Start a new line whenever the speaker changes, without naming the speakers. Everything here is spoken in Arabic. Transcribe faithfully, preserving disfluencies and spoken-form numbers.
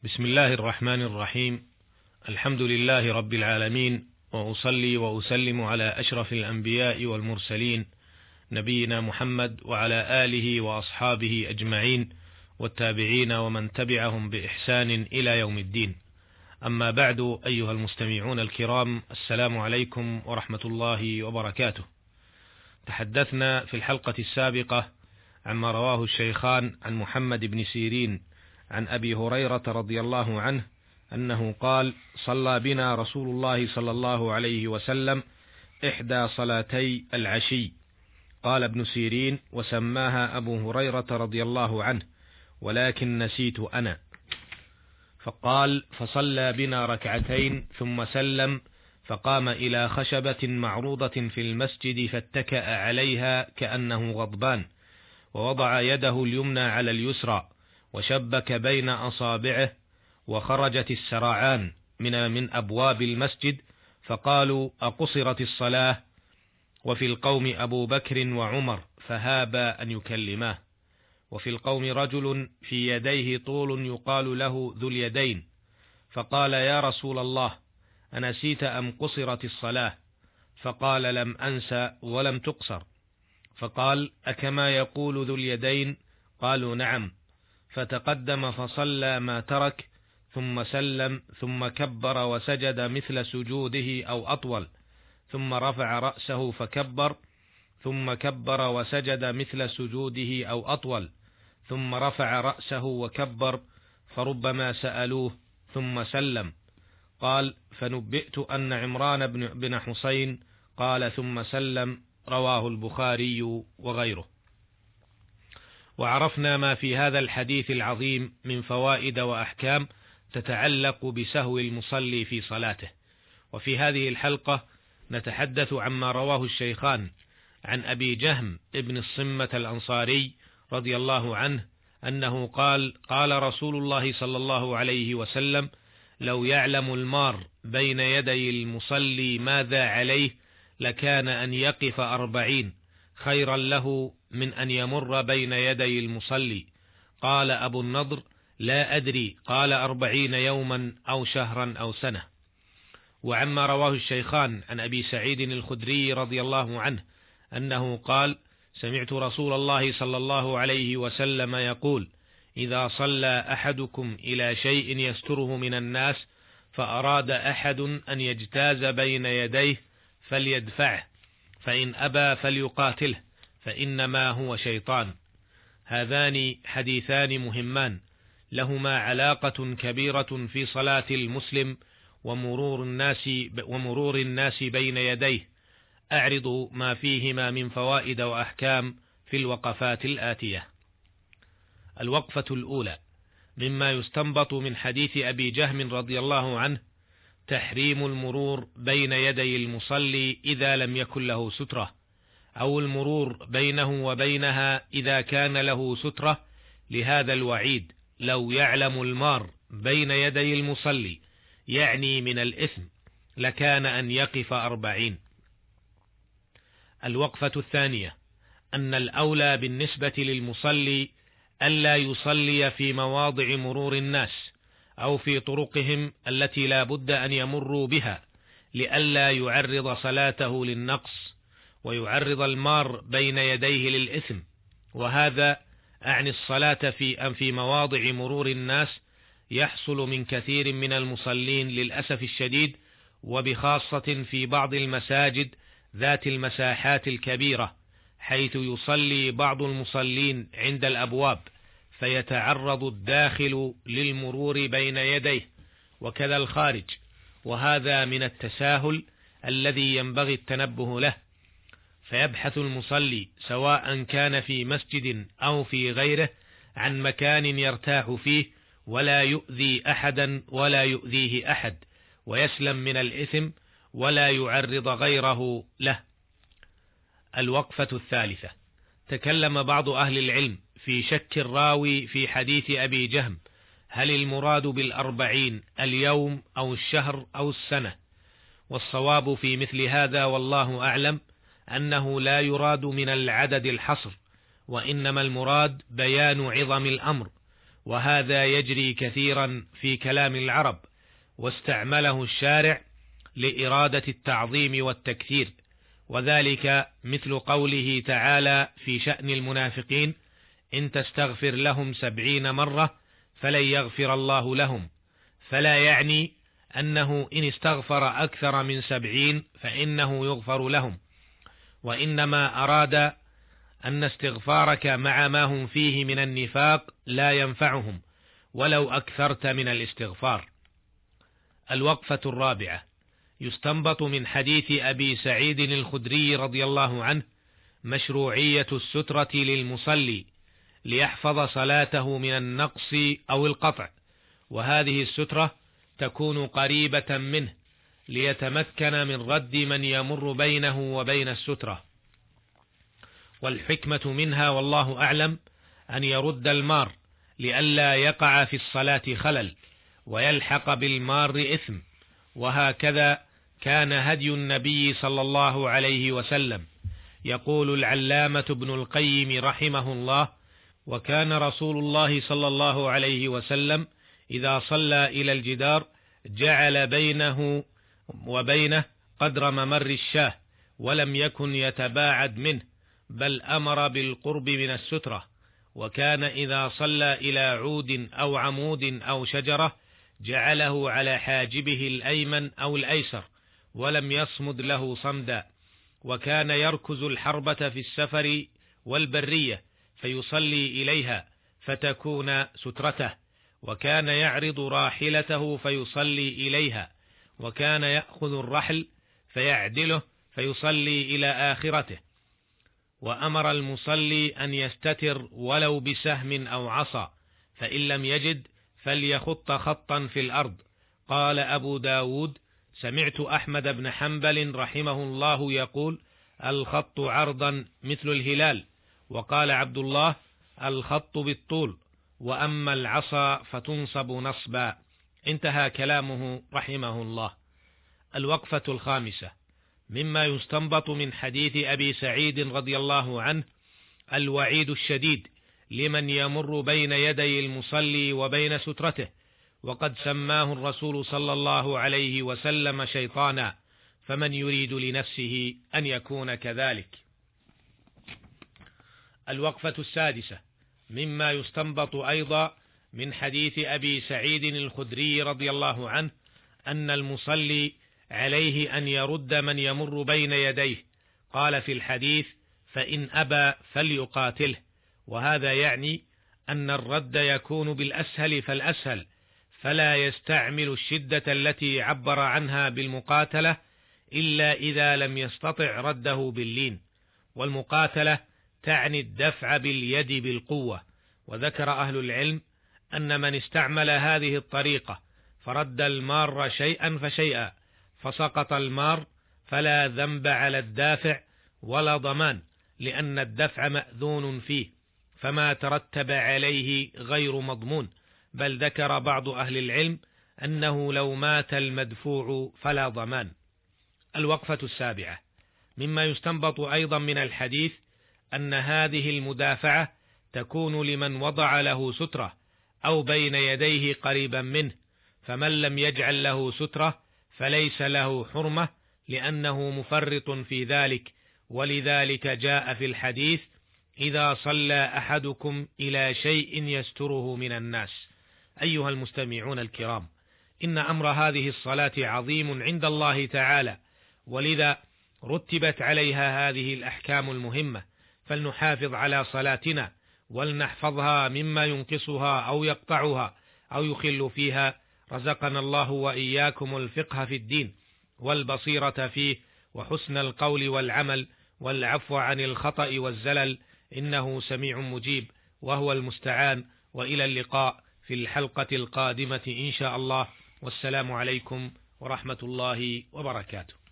بسم الله الرحمن الرحيم. الحمد لله رب العالمين، وأصلي وأسلم على أشرف الأنبياء والمرسلين نبينا محمد وعلى آله وأصحابه أجمعين والتابعين ومن تبعهم بإحسان إلى يوم الدين. أما بعد، أيها المستمعون الكرام، السلام عليكم ورحمة الله وبركاته. تحدثنا في الحلقة السابقة عما رواه الشيخان عن محمد بن سيرين عن أبي هريرة رضي الله عنه أنه قال: صلى بنا رسول الله صلى الله عليه وسلم إحدى صلاتي العشي. قال ابن سيرين: وسماها أبو هريرة رضي الله عنه، ولكن نسيت أنا. فقال: فصلى بنا ركعتين ثم سلم، فقام إلى خشبة معروضة في المسجد فاتكأ عليها كأنه غضبان، ووضع يده اليمنى على اليسرى، وشبك بين أصابعه، وخرجت السراعان من من أبواب المسجد، فقالوا: أقصرت الصلاة؟ وفي القوم أبو بكر وعمر، فهابا أن يكلماه. وفي القوم رجل في يديه طول يقال له ذو اليدين، فقال: يا رسول الله، أنسيت أم قصرت الصلاة؟ فقال: لم أنسى ولم تقصر. فقال: أكما يقول ذو اليدين؟ قالوا: نعم. فتقدم فصلى ما ترك، ثم سلم، ثم كبر وسجد مثل سجوده أو أطول، ثم رفع رأسه فكبر، ثم كبر وسجد مثل سجوده أو أطول، ثم رفع رأسه وكبر، فربما سألوه ثم سلم. قال: فنبئت أن عمران بن حسين قال ثم سلم. رواه البخاري وغيره. وعرفنا ما في هذا الحديث العظيم من فوائد وأحكام تتعلق بسهو المصلي في صلاته. وفي هذه الحلقة نتحدث عما رواه الشيخان عن أبي جهم ابن الصمة الأنصاري رضي الله عنه أنه قال: قال رسول الله صلى الله عليه وسلم: لو يعلم المار بين يدي المصلي ماذا عليه لكان أن يقف أربعين خيرا له من أن يمر بين يدي المصلي. قال أبو النضر: لا أدري، قال أربعين يوما أو شهرا أو سنة. وعما رواه الشيخان عن أبي سعيد الخدري رضي الله عنه أنه قال: سمعت رسول الله صلى الله عليه وسلم يقول: إذا صلى أحدكم إلى شيء يستره من الناس، فأراد أحد أن يجتاز بين يديه فليدفعه، فإن أبى فليقاتله، فإنما هو شيطان. هذان حديثان مهمان لهما علاقة كبيرة في صلاة المسلم ومرور الناس ومرور الناس بين يديه. أعرض ما فيهما من فوائد وأحكام في الوقفات الآتية. الوقفة الأولى: مما يستنبط من حديث أبي جهم رضي الله عنه تحريم المرور بين يدي المصلي إذا لم يكن له سترة، أو المرور بينه وبينها إذا كان له سترة، لهذا الوعيد: لو يعلم المار بين يدي المصلي يعني من الإثم لكان أن يقف أربعين. الوقفة الثانية: أن الأولى بالنسبة للمصلي ألا يصلي في مواضع مرور الناس أو في طرقهم التي لا بد أن يمروا بها، لئلا يعرض صلاته للنقص ويعرض المار بين يديه للإثم. وهذا أعني الصلاة في في مواضع مرور الناس يحصل من كثير من المصلين للأسف الشديد، وبخاصة في بعض المساجد ذات المساحات الكبيرة، حيث يصلي بعض المصلين عند الأبواب فيتعرض الداخل للمرور بين يديه، وكذا الخارج، وهذا من التساهل الذي ينبغي التنبه له. فيبحث المصلي سواء كان في مسجد أو في غيره عن مكان يرتاح فيه ولا يؤذي أحدا ولا يؤذيه أحد، ويسلم من الإثم ولا يعرض غيره له. الوقفة الثالثة: تكلم بعض أهل العلم في شك الراوي في حديث أبي جهم، هل المراد بالأربعين اليوم أو الشهر أو السنة؟ والصواب في مثل هذا والله أعلم أنه لا يراد من العدد الحصر، وإنما المراد بيان عظم الأمر، وهذا يجري كثيرا في كلام العرب، واستعمله الشارع لإرادة التعظيم والتكثير، وذلك مثل قوله تعالى في شأن المنافقين: إن تستغفر لهم سبعين مرة فلن يغفر الله لهم، فلا يعني أنه إن استغفر أكثر من سبعين فإنه يغفر لهم، وإنما أراد أن استغفارك مع ما هم فيه من النفاق لا ينفعهم ولو أكثرت من الاستغفار. الوقفة الرابعة: يستنبط من حديث أبي سعيد الخدري رضي الله عنه مشروعية السترة للمصلي ليحفظ صلاته من النقص أو القطع، وهذه السترة تكون قريبة منه ليتمكن من رد من يمر بينه وبين السترة. والحكمة منها والله أعلم أن يرد المار لئلا يقع في الصلاة خلل ويلحق بالمار إثم، وهكذا كان هدي النبي صلى الله عليه وسلم. يقول العلامة ابن القيم رحمه الله: وكان رسول الله صلى الله عليه وسلم إذا صلى إلى الجدار جعل بينه وبينه قدر ممر الشاه، ولم يكن يتباعد منه، بل أمر بالقرب من السترة. وكان إذا صلى إلى عود أو عمود أو شجرة جعله على حاجبه الأيمن أو الأيسر، ولم يصمد له صمدا. وكان يركز الحربة في السفر والبرية فيصلي إليها فتكون سترته، وكان يعرض راحلته فيصلي إليها، وكان يأخذ الرحل فيعدله فيصلي إلى آخرته. وأمر المصلي أن يستتر ولو بسهم أو عصا، فإن لم يجد فليخط خطا في الأرض. قال أبو داود: سمعت أحمد بن حنبل رحمه الله يقول: الخط عرضا مثل الهلال. وقال عبد الله: الخط بالطول، وأما العصا فتنصب نصبا. انتهى كلامه رحمه الله. الوقفة الخامسة: مما يستنبط من حديث أبي سعيد رضي الله عنه الوعيد الشديد لمن يمر بين يدي المصلي وبين سترته، وقد سماه الرسول صلى الله عليه وسلم شيطانا، فمن يريد لنفسه أن يكون كذلك. الوقفة السادسة: مما يستنبط أيضا من حديث أبي سعيد الخدري رضي الله عنه أن المصلي عليه أن يرد من يمر بين يديه. قال في الحديث: فإن أبى فليقاتله. وهذا يعني أن الرد يكون بالأسهل فالأسهل، فلا يستعمل الشدة التي عبر عنها بالمقاتلة إلا إذا لم يستطع رده باللين. والمقاتلة تعني الدفع باليد بالقوة. وذكر أهل العلم أن من استعمل هذه الطريقة فرد المار شيئا فشيئا فسقط المار فلا ذنب على الدافع ولا ضمان، لأن الدفع مأذون فيه، فما ترتب عليه غير مضمون. بل ذكر بعض أهل العلم أنه لو مات المدفوع فلا ضمان. الوقفة السابعة: مما يستنبط أيضا من الحديث أن هذه المدافعة تكون لمن وضع له سترة أو بين يديه قريبا منه، فمن لم يجعل له سترة فليس له حرمة، لأنه مفرط في ذلك. ولذلك جاء في الحديث: إذا صلى أحدكم إلى شيء يستره من الناس. أيها المستمعون الكرام، إن أمر هذه الصلاة عظيم عند الله تعالى، ولذا رتبت عليها هذه الأحكام المهمة، فلنحافظ على صلاتنا ولنحفظها مما ينقصها أو يقطعها أو يخل فيها. رزقنا الله وإياكم الفقه في الدين والبصيرة فيه وحسن القول والعمل والعفو عن الخطأ والزلل، إنه سميع مجيب وهو المستعان. وإلى اللقاء في الحلقة القادمة إن شاء الله، والسلام عليكم ورحمة الله وبركاته.